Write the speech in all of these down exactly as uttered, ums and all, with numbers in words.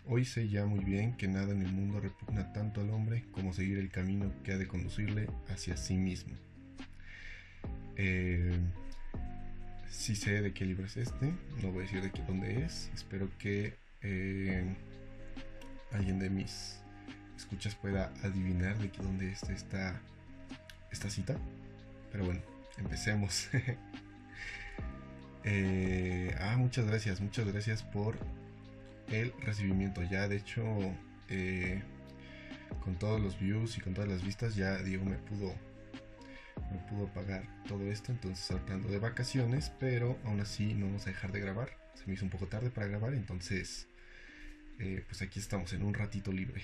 Hoy sé ya muy bien que nada en el mundo repugna tanto al hombre como seguir el camino que ha de conducirle hacia sí mismo. Eh, sí sé de qué libro es este, no voy a decir de qué, dónde es. Espero que eh, alguien de mis escuchas pueda adivinar de qué, dónde está esta, esta cita. Pero bueno, empecemos. eh, ah, muchas gracias, muchas gracias por el recibimiento. Ya de hecho, eh, con todos los views y con todas las vistas, ya Diego me pudo me pudo pagar todo esto. Entonces ahorita ando de vacaciones, pero aún así no vamos a dejar de grabar. Se me hizo un poco tarde para grabar, entonces eh, pues aquí estamos en un ratito libre.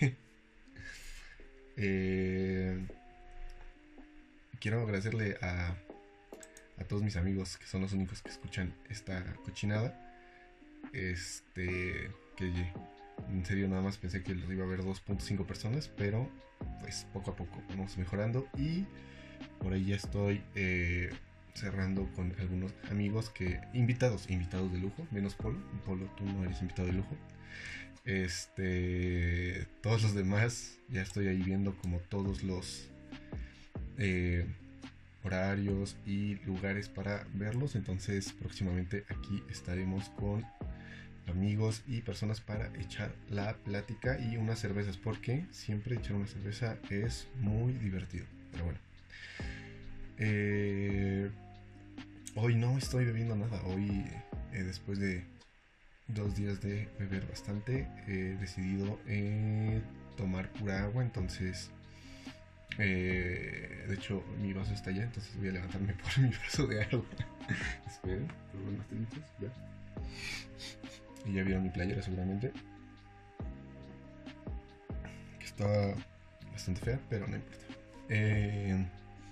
eh, quiero agradecerle a a todos mis amigos que son los únicos que escuchan esta cochinada. Este, que en serio nada más pensé que los iba a ver dos punto cinco personas, pero pues poco a poco vamos mejorando y por ahí ya estoy eh, cerrando con algunos amigos que invitados, invitados de lujo, menos Polo. Polo, tú no eres invitado de lujo. Este, todos los demás ya estoy ahí viendo como todos los eh, horarios y lugares para verlos. Entonces próximamente aquí estaremos con amigos y personas para echar la plática y unas cervezas, porque siempre echar una cerveza es muy divertido. Pero bueno, eh, hoy no estoy bebiendo nada. Hoy eh, después de dos días de beber bastante, he decidido eh, tomar pura agua. Entonces Eh, de hecho, mi vaso está allá, entonces voy a levantarme por mi vaso de agua. Esperen, prueben más telitos, ya. Y ya vieron mi playera seguramente, que está bastante fea, pero no importa. Eh,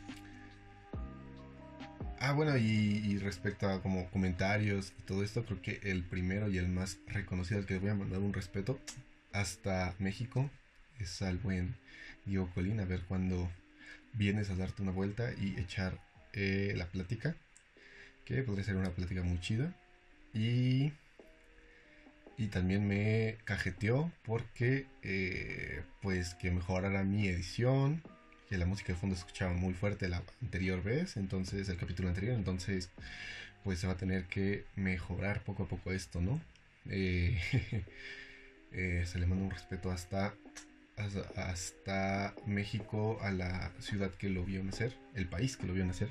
ah, bueno, y, y respecto a como comentarios y todo esto, creo que el primero y el más reconocido al que voy a mandar un respeto hasta México es al buen Diego Colín. A ver cuando vienes a darte una vuelta y echar eh, la plática, que podría ser una plática muy chida. Y, y también me cajeteó porque eh, pues que mejorara mi edición, que la música de fondo se escuchaba muy fuerte la anterior vez, entonces el capítulo anterior, entonces pues se va a tener que mejorar poco a poco esto, ¿no? Eh, eh, se le manda un respeto hasta hasta México, a la ciudad que lo vio nacer, el país que lo vio nacer.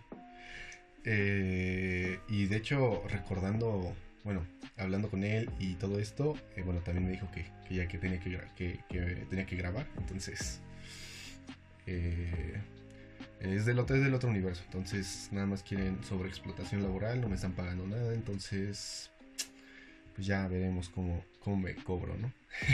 Eh, y de hecho, recordando, bueno, hablando con él y todo esto, eh, bueno, también me dijo que, que ya que tenía que, que, que tenía que grabar, entonces eh, es, del otro, es del otro universo. Entonces nada más quieren sobreexplotación laboral, no me están pagando nada, entonces pues ya veremos cómo, cómo me cobro, ¿no?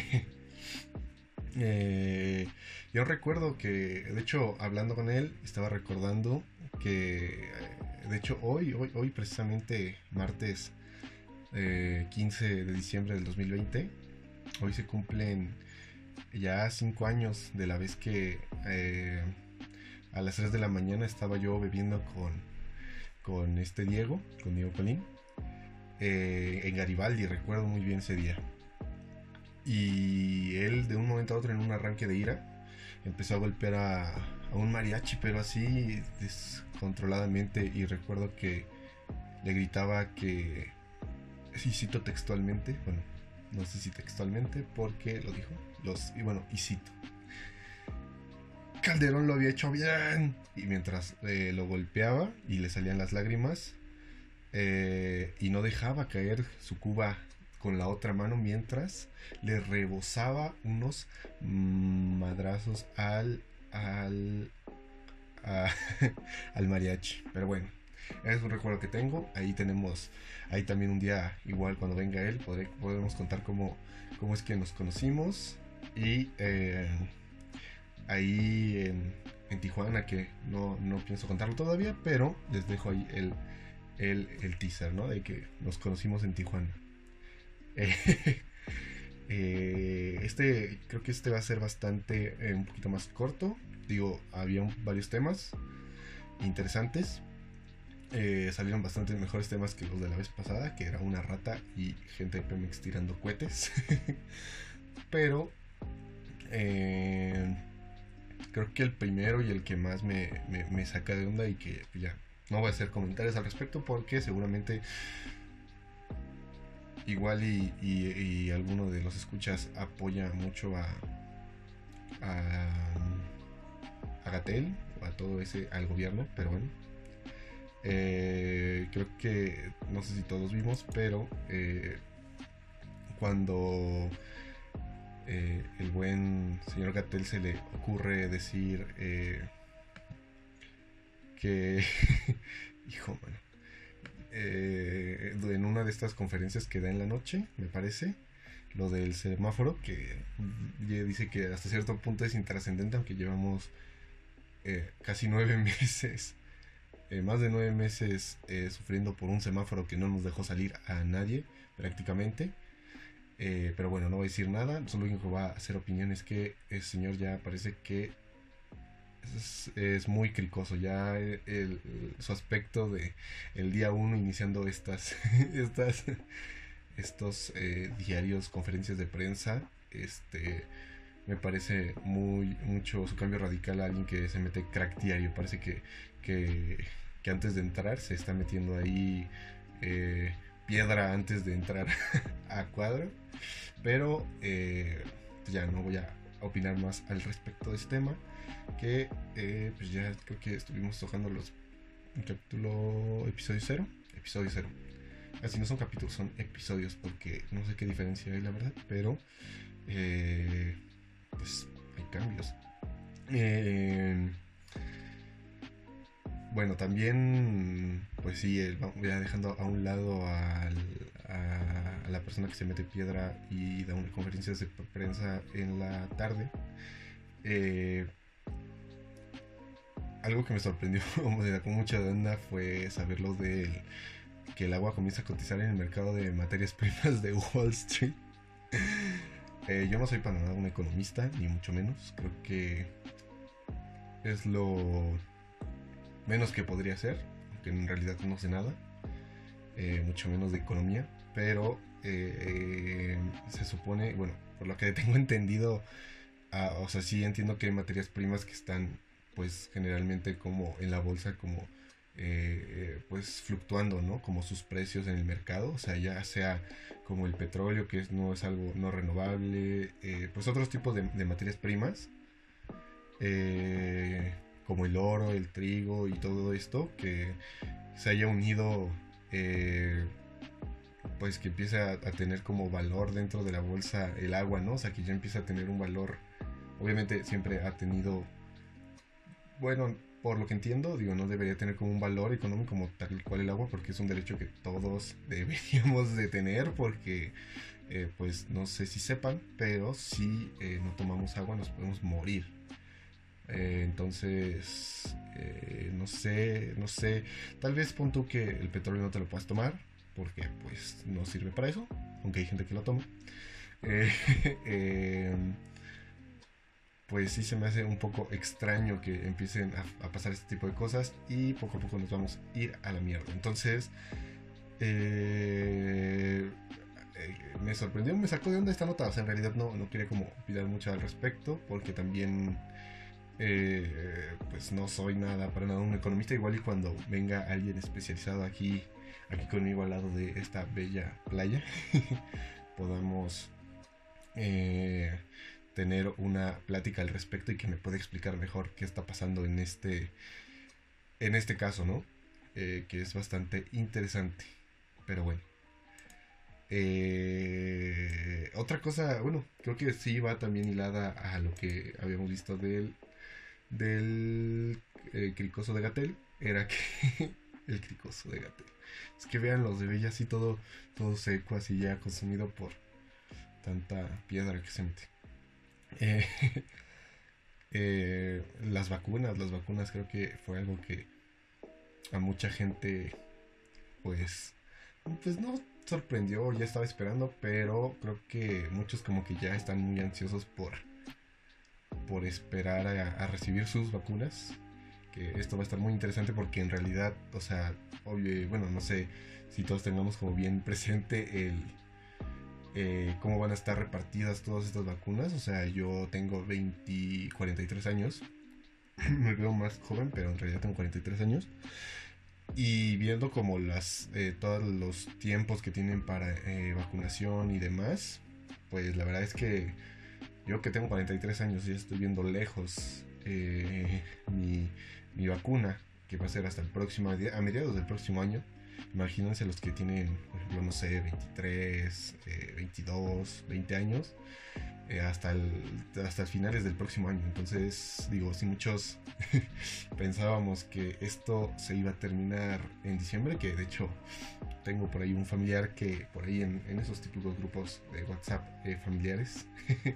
Eh, yo recuerdo que, de hecho, hablando con él, estaba recordando que, de hecho, hoy, hoy, hoy precisamente, martes eh, quince de diciembre del dos mil veinte, hoy se cumplen ya cinco años de la vez que eh, a las tres de la mañana estaba yo bebiendo con, con este Diego, con Diego Colín, eh, en Garibaldi. Recuerdo muy bien ese día. Y él, de un momento a otro, en un arranque de ira, empezó a golpear a, a un mariachi, pero así descontroladamente. Y recuerdo que le gritaba que, y cito textualmente, bueno, no sé si textualmente porque lo dijo, los, y bueno, y cito: Calderón lo había hecho bien. Y mientras eh, lo golpeaba y le salían las lágrimas, eh, y no dejaba caer su cuba con la otra mano, mientras le rebosaba unos madrazos al al a, al mariachi. Pero bueno, es un recuerdo que tengo. Ahí tenemos, ahí también un día igual cuando venga él podré, podremos contar cómo, cómo es que nos conocimos. Y eh, ahí en, en Tijuana, que no, no pienso contarlo todavía, pero les dejo ahí el, el, el teaser, ¿no? De que nos conocimos en Tijuana. Eh, eh, este, creo que este va a ser bastante, eh, un poquito más corto. Digo, había un, varios temas interesantes. Eh, salieron bastante mejores temas que los de la vez pasada, que era una rata y gente de Pemex tirando cohetes. pero eh, creo que el primero y el que más me, me, me saca de onda, y que ya no voy a hacer comentarios al respecto porque seguramente igual y, y, y alguno de los escuchas apoya mucho a a, a Gatell o a todo ese, al gobierno, pero bueno, eh, creo que no sé si todos vimos, pero eh, cuando eh, el buen señor Gatell se le ocurre decir eh, que hijo, bueno, eh, en una de estas conferencias que da en la noche, me parece, lo del semáforo, que dice que hasta cierto punto es intrascendente, aunque llevamos eh, casi nueve meses, eh, más de nueve meses eh, sufriendo por un semáforo que no nos dejó salir a nadie prácticamente. Eh, pero bueno, no voy a decir nada, solo lo único que va a hacer opinión es que el señor ya parece que es, es muy cricoso, ya el, el, su aspecto de el día uno iniciando estas estas estos eh, diarios, conferencias de prensa, este me parece muy mucho su cambio radical a alguien que se mete crack diario. Parece que, que, que antes de entrar se está metiendo ahí eh, piedra antes de entrar a cuadro. Pero eh, pues ya no voy a opinar más al respecto de este tema, que eh, pues ya creo que estuvimos tocando los capítulo episodio cero, episodio cero. Así no son capítulos, son episodios, porque no sé qué diferencia hay, la verdad, pero eh, pues hay cambios. Eh, bueno, también, pues sí, eh, ya dejando a un lado al, a, a la persona que se mete piedra y da unas conferencias de prensa en la tarde. Eh, algo que me sorprendió, me sacó mucha onda, fue saber lo del que el agua comienza a cotizar en el mercado de materias primas de Wall Street. Eh, yo no soy para nada un economista, ni mucho menos. Creo que es lo menos que podría ser, aunque en realidad no sé nada, eh, mucho menos de economía. Pero eh, eh, se supone, bueno, por lo que tengo entendido, ah, o sea, sí entiendo que hay materias primas que están, pues, generalmente como en la bolsa, como eh, pues fluctuando, ¿no? Como sus precios en el mercado, o sea, ya sea como el petróleo, que es, no es algo no renovable, eh, pues otros tipos de, de materias primas, eh, como el oro, el trigo y todo esto, que se haya unido, eh, pues que empieza a, a tener como valor dentro de la bolsa el agua, ¿no? O sea, que ya empieza a tener un valor, obviamente siempre ha tenido, bueno, por lo que entiendo, digo, no debería tener como un valor económico como tal cual el agua, porque es un derecho que todos deberíamos de tener, porque eh, pues no sé si sepan, pero si eh, no tomamos agua nos podemos morir. Eh, entonces, eh, no sé, no sé, tal vez pon tú que el petróleo no te lo puedas tomar, porque pues no sirve para eso, aunque hay gente que lo toma. Eh, eh, pues sí se me hace un poco extraño que empiecen a, a pasar este tipo de cosas, y poco a poco nos vamos a ir a la mierda. Entonces, eh, eh, me sorprendió, me sacó de onda esta nota. O sea, en realidad no, no quería como opinar mucho al respecto, porque también eh, pues no soy nada, para nada un economista. Igual y cuando venga alguien especializado aquí, aquí conmigo al lado de esta bella playa, podamos eh, tener una plática al respecto y que me pueda explicar mejor qué está pasando en este en este caso, ¿no? Eh, que es bastante interesante. Pero bueno. Eh, otra cosa, bueno, creo que sí va también hilada a lo que habíamos visto del del eh, cricoso de Gatell. Era que el cricoso de Gatell. Es que vean, los de Bella así todo, todo seco, así ya consumido por tanta piedra que se mete. Eh, eh, las vacunas, las vacunas creo que fue algo que a mucha gente, pues, pues no sorprendió, ya estaba esperando, pero creo que muchos como que ya están muy ansiosos por, por esperar a, a recibir sus vacunas. Que esto va a estar muy interesante porque en realidad, o sea, obvio, bueno, no sé si todos tengamos como bien presente el eh, cómo van a estar repartidas todas estas vacunas. O sea, yo tengo veinte, cuarenta y tres años. Me veo más joven, pero en realidad tengo cuarenta y tres años. Y viendo como las eh, todos los tiempos que tienen para eh, vacunación y demás, pues la verdad es que yo que tengo cuarenta y tres años ya estoy viendo lejos eh, mi, mi vacuna, que va a ser hasta el próximo, a mediados del próximo año. Imagínense los que tienen, por ejemplo, no sé, veintitrés, eh, veintidós, veinte años, eh, hasta, el, hasta finales del próximo año. Entonces, digo, si muchos pensábamos que esto se iba a terminar en diciembre, que de hecho tengo por ahí un familiar que por ahí en, en esos típicos grupos de WhatsApp eh, familiares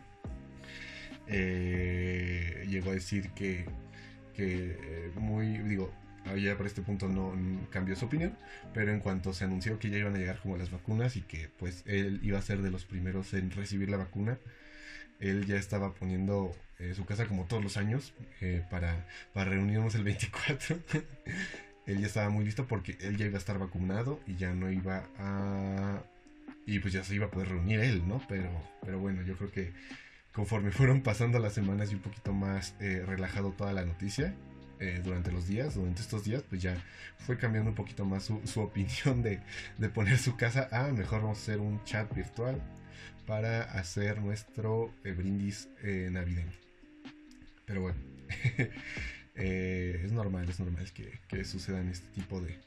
eh, llegó a decir que, que eh, muy, digo, ya por este punto no cambió su opinión, pero en cuanto se anunció que ya iban a llegar como las vacunas y que pues él iba a ser de los primeros en recibir la vacuna, él ya estaba poniendo eh, su casa como todos los años eh, para, para reunirnos el veinticuatro. Él ya estaba muy listo porque él ya iba a estar vacunado y ya no iba a... y pues ya se iba a poder reunir él, ¿no? Pero, pero bueno, yo creo que conforme fueron pasando las semanas y un poquito más eh, relajado toda la noticia, Eh, durante los días, durante estos días, pues ya fue cambiando un poquito más su, su opinión de, de poner su casa a mejor vamos a hacer un chat virtual para hacer nuestro eh, brindis eh, navideño. Pero bueno, eh, es normal, es normal que, que sucedan este tipo de,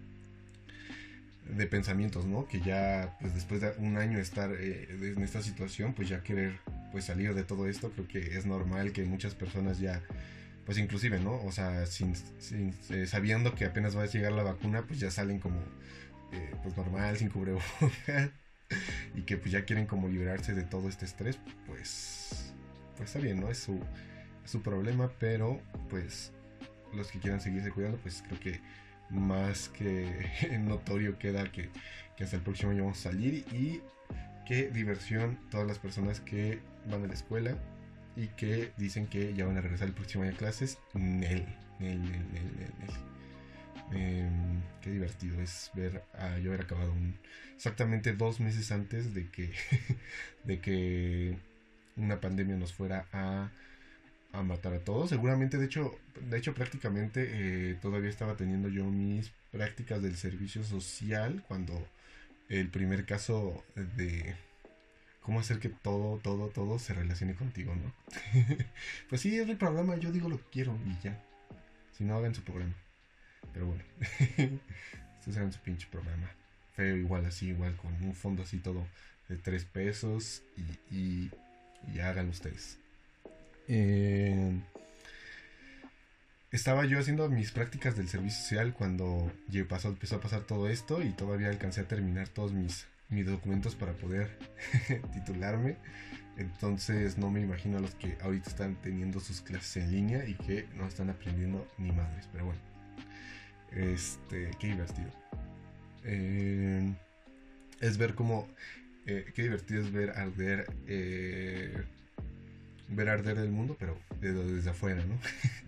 de pensamientos, ¿no? Que ya pues después de un año estar eh, en esta situación, pues ya querer pues salir de todo esto, creo que es normal que muchas personas ya pues inclusive, ¿no? O sea, sin, sin, eh, sabiendo que apenas va a llegar la vacuna, pues ya salen como, eh, pues normal, sin cubrebocas, y que pues ya quieren como liberarse de todo este estrés, pues, pues está bien, ¿no? Es su, es su problema, pero pues los que quieran seguirse cuidando, pues creo que más que notorio queda que, que hasta el próximo año vamos a salir y qué diversión todas las personas que van a la escuela y que dicen que ya van a regresar el próximo año a clases. Nel, nel, nel, nel, nel, nel. Eh, qué divertido es ver a yo haber acabado un, exactamente dos meses antes de que de que una pandemia nos fuera a, a matar a todos. Seguramente, de hecho, de hecho prácticamente eh, todavía estaba teniendo yo mis prácticas del servicio social cuando el primer caso de cómo hacer que todo, todo, todo se relacione contigo, ¿no? Pues sí, es el programa, yo digo lo que quiero y ya. Si no, hagan su programa. Pero bueno, ustedes hagan su pinche programa. Feo, igual, así, igual, con un fondo así todo de tres pesos y, y, y hagan ustedes. Eh, estaba yo haciendo mis prácticas del servicio social cuando pasó, empezó a pasar todo esto y todavía alcancé a terminar todos mis mis documentos para poder titularme. Entonces no me imagino a los que ahorita están teniendo sus clases en línea y que no están aprendiendo ni madres. Pero bueno, este, qué divertido. Eh, es ver cómo, eh, qué divertido es ver arder, eh, ver arder el mundo, pero desde, desde afuera, ¿no?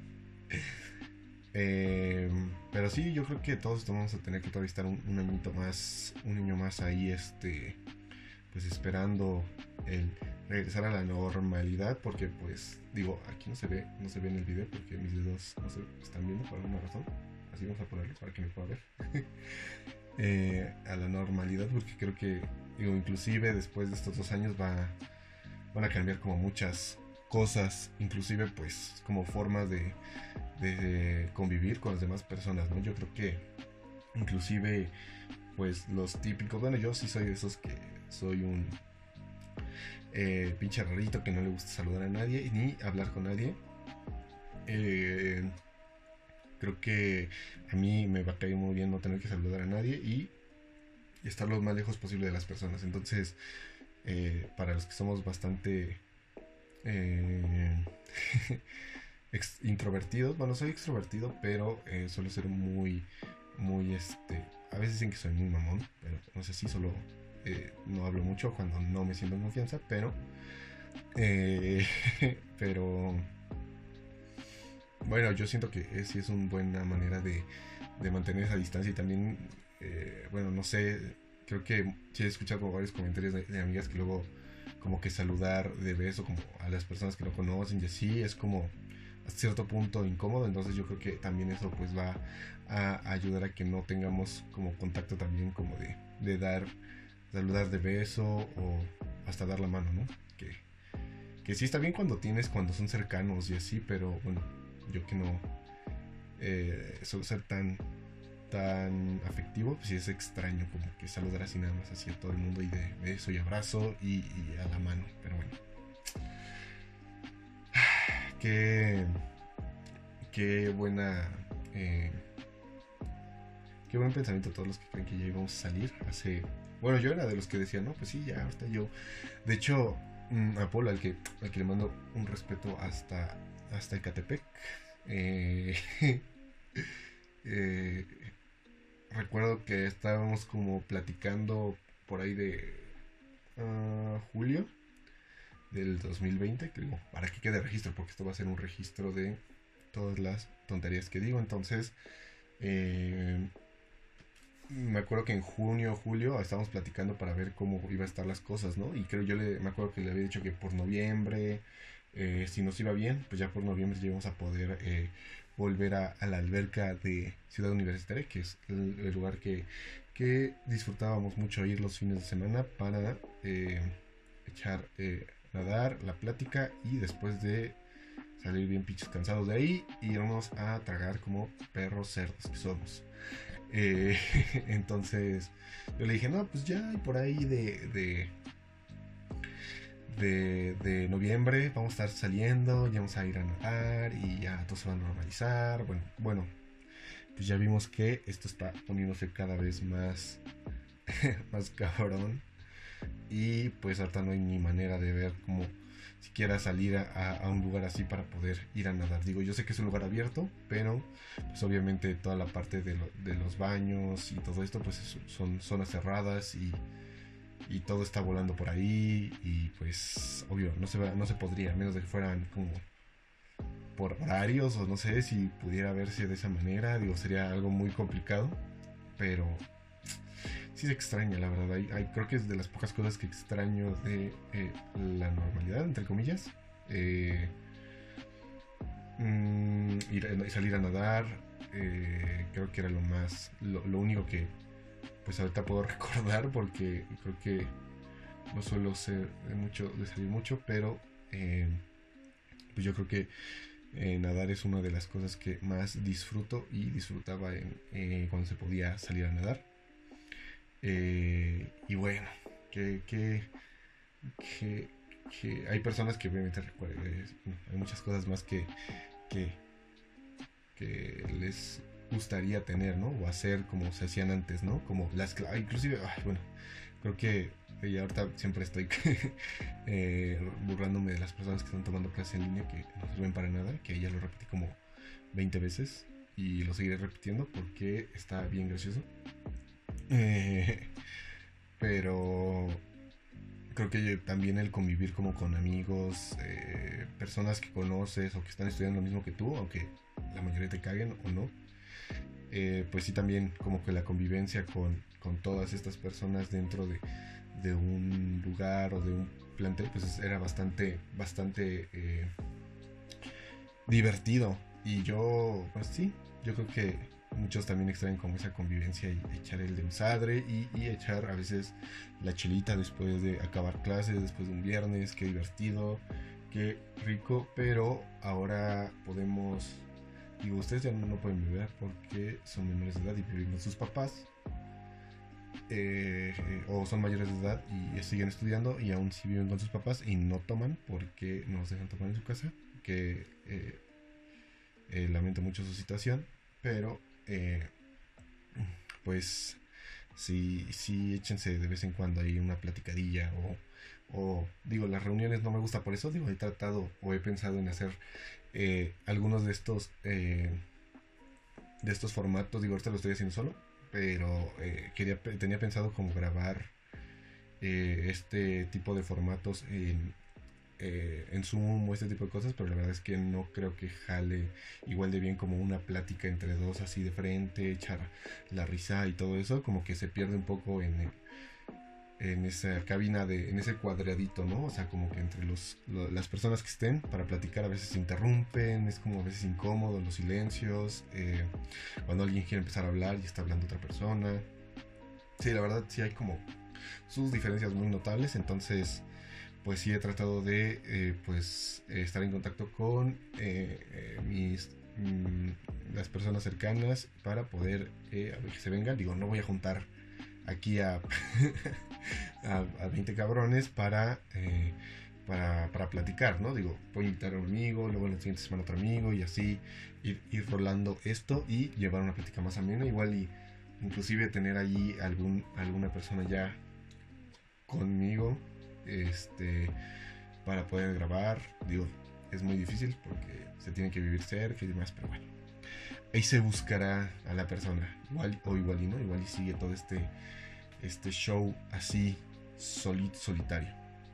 Eh, pero sí, yo creo que todos vamos a tener que todavía estar un, un añito más, un año más ahí, este, pues esperando el regresar a la normalidad, porque pues, digo, aquí no se ve, no se ve en el video porque mis dedos no se están viendo por alguna razón, así vamos a ponerlo para que me pueda ver, eh, a la normalidad, porque creo que, digo, inclusive después de estos dos años va, van a cambiar como muchas cosas, inclusive pues como formas de, de convivir con las demás personas, ¿no? Yo creo que inclusive pues los típicos, bueno, yo sí soy de esos que soy un eh, pinche rarito que no le gusta saludar a nadie ni hablar con nadie. Eh, creo que a mí me va a caer muy bien no tener que saludar a nadie y estar lo más lejos posible de las personas. Entonces, eh, para los que somos bastante Eh, ex- introvertidos, bueno, soy extrovertido, pero eh, suelo ser muy, muy, este, a veces dicen que soy muy mamón, pero no sé si solo eh, no hablo mucho cuando no me siento en confianza, pero, eh, pero, bueno, yo siento que es, sí es una buena manera de, de mantener esa distancia y también, eh, bueno, no sé creo que sí he escuchado como varios comentarios de, de amigas que luego como que saludar de beso como a las personas que no conocen y así es como a cierto punto incómodo. Entonces yo creo que también eso pues va a ayudar a que no tengamos como contacto también como de, de dar, saludar de beso o hasta dar la mano, ¿no? Que, que sí está bien cuando tienes, cuando son cercanos y así, pero bueno, yo que no eh, suelo ser tan tan afectivo, pues sí es extraño como que saludar así nada más así a todo el mundo y de beso y abrazo y, y a la mano, pero bueno, qué qué buena eh, qué buen pensamiento todos los que creen que ya íbamos a salir hace, bueno, yo era de los que decía no, pues sí, ya ahorita yo, de hecho a Polo al que, al que le mando un respeto hasta hasta Ecatepec, eh, eh, recuerdo que estábamos como platicando por ahí de uh, julio del dos mil veinte, que digo, para que quede registro, porque esto va a ser un registro de todas las tonterías que digo. Entonces, eh, me acuerdo que en junio o julio estábamos platicando para ver cómo iba a estar las cosas, ¿no? Y creo yo le, me acuerdo que le había dicho que por noviembre, eh, si nos iba bien, pues ya por noviembre íbamos a poder eh, volver a, a, la alberca de Ciudad Universitaria, que es el, el lugar que, que disfrutábamos mucho ir los fines de semana para eh, echar, eh, nadar, la plática y después de salir bien pinches cansados de ahí, irnos a tragar como perros cerdos que somos. Eh, entonces yo le dije, no, pues ya por ahí de, de De, de noviembre vamos a estar saliendo, ya vamos a ir a nadar y ya todo se va a normalizar. Bueno, bueno, pues ya vimos que esto está poniéndose cada vez más, más cabrón. Y pues ahorita no hay ni manera de ver como siquiera salir a, a un lugar así para poder ir a nadar. Digo, yo sé que es un lugar abierto, pero pues obviamente toda la parte de, lo, de los baños y todo esto pues son zonas cerradas y y todo está volando por ahí y pues obvio no se va, no se podría, a menos de que fueran como por horarios o no sé si pudiera verse de esa manera, digo, sería algo muy complicado, pero sí se extraña, la verdad. Hay, hay, creo que es de las pocas cosas que extraño de eh, la normalidad, entre comillas, eh, mm, ir a, salir a nadar, eh, creo que era lo más, lo, lo único que pues ahorita puedo recordar, porque creo que no suelo ser de, mucho, de salir mucho, pero eh, pues yo creo que eh, nadar es una de las cosas que más disfruto y disfrutaba en, eh, cuando se podía salir a nadar. Eh, y bueno, que, que, que, que hay personas que obviamente recuerdan, eh, hay muchas cosas más que, que, que les gustaría tener, ¿no? O hacer como se hacían antes, ¿no? Como las clases, inclusive, ay, bueno, creo que ya ahorita siempre estoy eh, burlándome de las personas que están tomando clases en línea que no sirven para nada, que ya lo repetí como veinte veces y lo seguiré repitiendo porque está bien gracioso. Eh, pero creo que también el convivir como con amigos, eh, personas que conoces o que están estudiando lo mismo que tú, aunque la mayoría te caguen o no, eh, pues sí también como que la convivencia con, con todas estas personas dentro de, de un lugar o de un plantel pues era bastante bastante eh, divertido. Y yo pues sí, yo creo que muchos también extraen como esa convivencia y echar el demsadre y, y echar a veces la chelita después de acabar clases, después de un viernes. Qué divertido, qué rico. Pero ahora podemos, digo, ustedes ya no, no pueden beber porque son menores de edad y viven con sus papás, eh, eh, o son mayores de edad y siguen estudiando y aún sí viven con sus papás y no toman porque no se dejan tomar en su casa, que eh, eh, lamento mucho su situación, pero eh, pues sí, sí, échense de vez en cuando ahí una platicadilla o, o digo, las reuniones no me gusta por eso, digo, he tratado o he pensado en hacer eh, algunos de estos eh, de estos formatos, digo, ahorita lo estoy haciendo solo, pero eh, quería, tenía pensado como grabar eh, este tipo de formatos en, eh, en Zoom o este tipo de cosas, pero la verdad es que no creo que jale igual de bien como una plática entre dos así de frente, echar la risa y todo eso, como que se pierde un poco en, el- en esa cabina de, en ese cuadradito, ¿no? O sea, como que entre los, lo- las personas que estén para platicar a veces se interrumpen, es como a veces incómodo los silencios, eh, cuando alguien quiere empezar a hablar y está hablando otra persona. Sí, la verdad sí hay como sus diferencias muy notables, entonces pues sí he tratado de eh, pues eh, estar en contacto con eh, eh, mis mm, las personas cercanas para poder eh, a ver que se vengan. Digo, no voy a juntar aquí a a, a veinte cabrones para, eh, para para platicar, ¿no? Digo, voy a invitar a un amigo, luego la siguiente semana otro amigo y así ir, ir rolando esto y llevar una plática más amena, igual y inclusive tener allí algún alguna persona ya conmigo, este, para poder grabar. Digo, es muy difícil porque se tiene que vivir cerca y demás, pero bueno, ahí se buscará a la persona, igual o igual y no, igual y sigue todo este, este show así solit, solitario.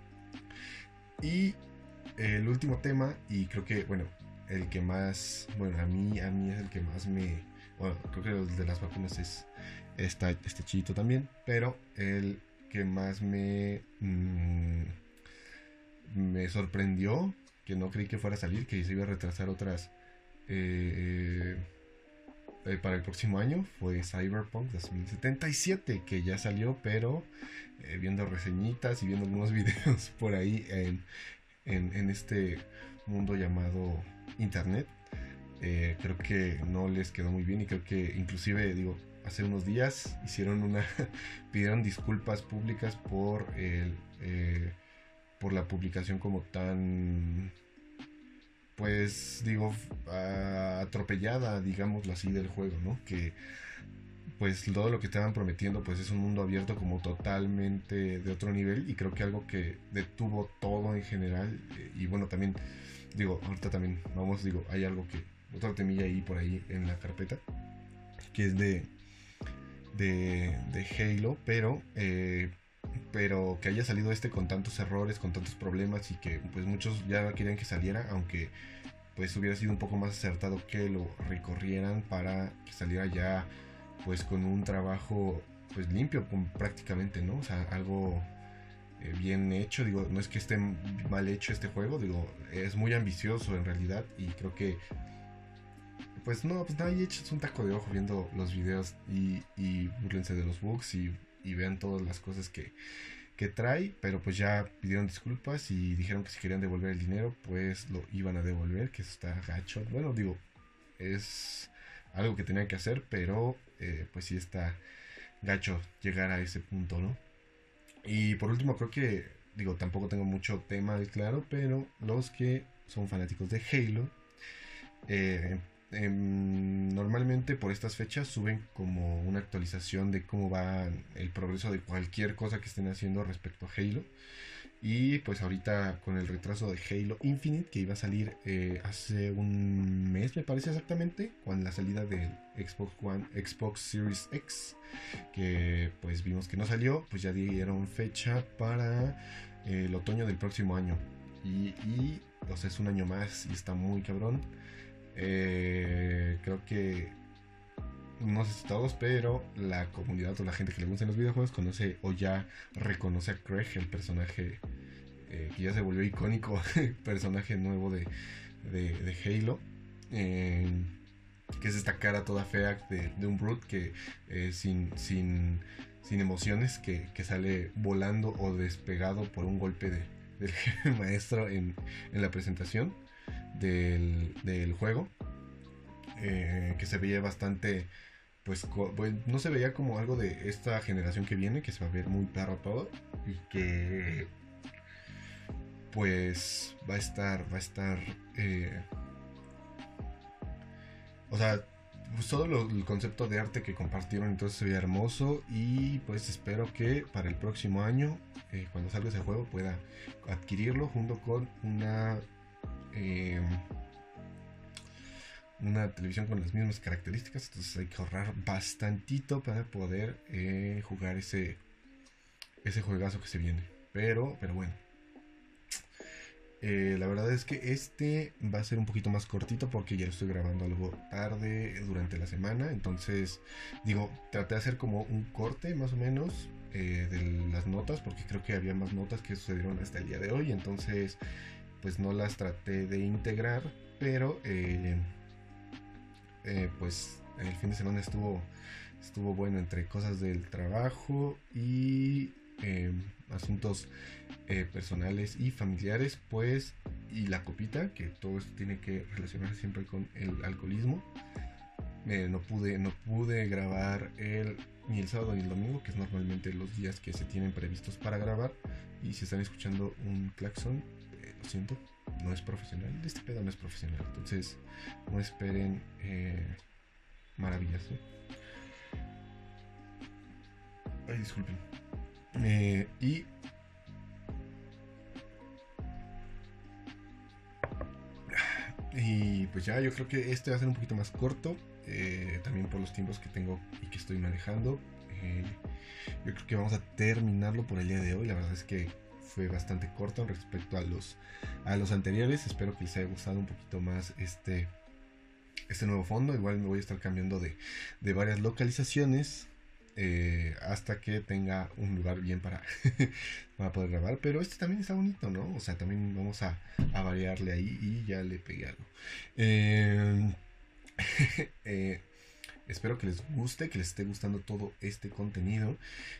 Y el último tema, y creo que, bueno, el que más, bueno, a mí, a mí es el que más me, bueno, creo que el de las vacunas es, está, este chito también, pero el que más me, mmm, me sorprendió, que no creí que fuera a salir, que se iba a retrasar otras eh, eh, para el próximo año, fue Cyberpunk dos mil setenta y siete, que ya salió, pero eh, viendo reseñitas y viendo algunos videos por ahí en, en, en este mundo llamado Internet, eh, creo que no les quedó muy bien y creo que inclusive, digo, hace unos días hicieron una, pidieron disculpas públicas por el... Eh, por la publicación como tan, pues digo, uh, atropellada, digámoslo así, del juego, ¿no? Que pues todo lo que estaban prometiendo pues es un mundo abierto como totalmente de otro nivel y creo que algo que detuvo todo en general eh, y bueno también digo ahorita también vamos digo hay algo que otra temilla ahí por ahí en la carpeta que es de de, de Halo pero eh, pero que haya salido este con tantos errores, con tantos problemas y que pues muchos ya querían que saliera, aunque pues hubiera sido un poco más acertado que lo recorrieran para que saliera ya pues con un trabajo pues limpio prácticamente, ¿no? O sea, algo eh, bien hecho, digo, no es que esté mal hecho este juego, digo, es muy ambicioso en realidad y creo que pues no, pues nadie echas un taco de ojo viendo los videos y, y burlense de los bugs y, y vean todas las cosas que, que trae, pero pues ya pidieron disculpas y dijeron que si querían devolver el dinero, pues lo iban a devolver, que eso está gacho. Bueno, digo, es algo que tenían que hacer, pero eh, pues sí está gacho llegar a ese punto, ¿no? Y por último, creo que, digo, tampoco tengo mucho tema de claro, pero los que son fanáticos de Halo, eh, eh, normalmente por estas fechas suben como una actualización de cómo va el progreso de cualquier cosa que estén haciendo respecto a Halo. Y pues ahorita con el retraso de Halo Infinite, que iba a salir eh, hace un mes, me parece exactamente, con la salida del Xbox One, Xbox Series X, que pues vimos que no salió, pues ya dieron fecha para eh, el otoño del próximo año. Y, y, o sea, es un año más y está muy cabrón. Eh, creo que no sé si todos, pero la comunidad o la gente que le gustan los videojuegos conoce o ya reconoce a Craig, el personaje eh, que ya se volvió icónico, personaje nuevo de, de, de Halo, eh, que es esta cara toda fea de, de un Brute que eh, sin, sin, sin emociones, que, que sale volando o despegado por un golpe de, del jefe maestro en, en la presentación del, del juego. Eh, que se veía bastante pues, pues no se veía como algo de esta generación que viene, que se va a ver muy perro todo y que pues va a estar va a estar eh, o sea pues todo lo, el concepto de arte que compartieron entonces se veía hermoso y pues espero que para el próximo año eh, cuando salga ese juego pueda adquirirlo junto con una eh, una televisión con las mismas características, entonces hay que ahorrar bastantito para poder eh, jugar ese ese juegazo que se viene, pero pero bueno, Eh, la verdad es que este va a ser un poquito más cortito porque ya lo estoy grabando algo tarde durante la semana. Entonces, digo, traté de hacer como un corte más o menos eh, de las notas porque creo que había más notas que sucedieron hasta el día de hoy. Entonces, pues no las traté de integrar, pero eh, eh, pues el fin de semana estuvo, estuvo bueno entre cosas del trabajo y eh, asuntos eh, personales y familiares, pues, y la copita, que todo esto tiene que relacionarse siempre con el alcoholismo. Eh, no pude no pude grabar el, ni el sábado ni el domingo, que es normalmente los días que se tienen previstos para grabar. Y si están escuchando un claxon, eh, lo siento, no es profesional, este pedo no es profesional, entonces no esperen eh, maravillas, ¿eh? Ay, disculpen. Eh, y Y pues ya, yo creo que este va a ser un poquito más corto, eh, también por los tiempos que tengo y que estoy manejando. Eh, yo creo que vamos a terminarlo por el día de hoy. La verdad es que fue bastante corto respecto a los, a los anteriores. Espero que les haya gustado un poquito más este, este nuevo fondo. Igual me voy a estar cambiando de, de varias localizaciones. Eh, hasta que tenga un lugar bien para, para poder grabar. Pero este también está bonito, ¿no? O sea, también vamos a, a variarle ahí y ya le pegué algo. Eh, eh, espero que les guste, que les esté gustando todo este contenido.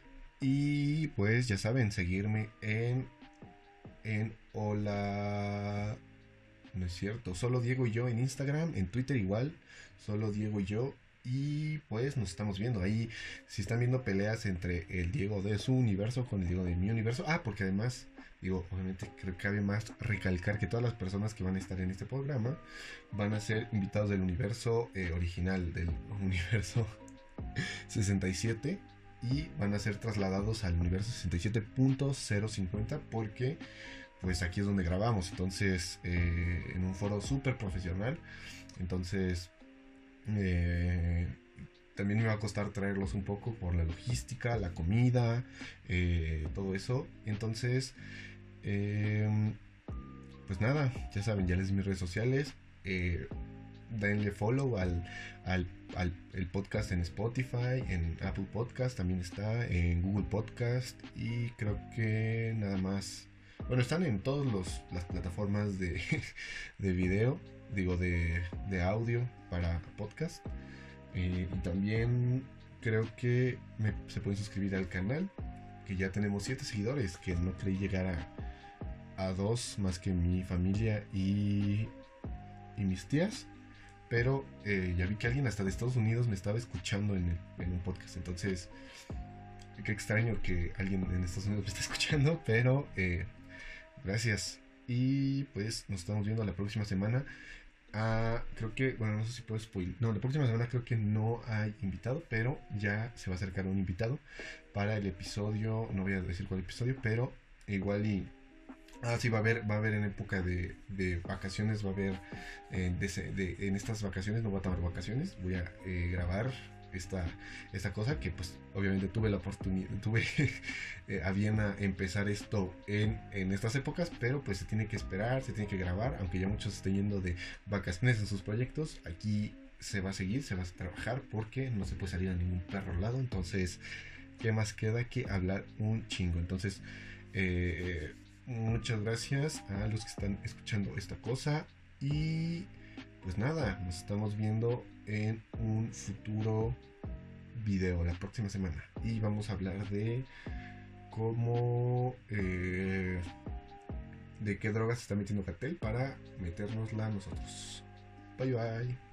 Y pues ya saben, seguirme en, en Hola... No es cierto, solo Diego y yo en Instagram, en Twitter igual, solo Diego y yo. Y pues nos estamos viendo ahí. Si están viendo peleas entre el Diego de su universo con el Diego de mi universo. Ah, porque además, digo, obviamente creo que cabe más recalcar que todas las personas que van a estar en este programa van a ser invitados del universo eh, original, del universo sesenta y siete. Y van a ser trasladados al universo sesenta y siete punto cero cincuenta porque pues aquí es donde grabamos. Entonces, eh, en un foro súper profesional. Entonces... Eh, también me va a costar traerlos un poco por la logística, la comida, eh, todo eso. Entonces, eh, pues nada, ya saben, ya les di mis redes sociales. Eh, denle follow al, al, al el podcast en Spotify, en Apple Podcast, también está en Google Podcast. Y creo que nada más. Bueno, están en todas las plataformas de, de video, digo, de, de audio para podcast. Eh, y también creo que me, se pueden suscribir al canal, que ya tenemos siete seguidores, que no creí llegar a, a dos más que mi familia y, y mis tías. Pero eh, ya vi que alguien hasta de Estados Unidos me estaba escuchando en, el, en un podcast. Entonces, qué extraño que alguien en Estados Unidos me esté escuchando, pero... Eh, gracias. Y pues nos estamos viendo la próxima semana. Ah, creo que, bueno, no sé si puedo spoiler. No, la próxima semana creo que no hay invitado, pero ya se va a acercar un invitado para el episodio. No voy a decir cuál episodio, pero igual y. Ah, sí, va a haber, va a haber en época de, de vacaciones, va a haber. Eh, de, de, en estas vacaciones no voy a tomar vacaciones, voy a eh, grabar esta, esta cosa que pues obviamente tuve la oportunidad, tuve eh, a bien a empezar esto en, en estas épocas, pero pues se tiene que esperar, se tiene que grabar, aunque ya muchos estén yendo de vacaciones en sus proyectos, aquí se va a seguir, se va a trabajar porque no se puede salir a ningún perro lado. Entonces, ¿qué más queda que hablar un chingo? Entonces, eh, muchas gracias a los que están escuchando esta cosa y pues nada, nos estamos viendo en un futuro video la próxima semana y vamos a hablar de cómo eh, de qué drogas se está metiendo Cartel para metérnosla nosotros. Bye bye.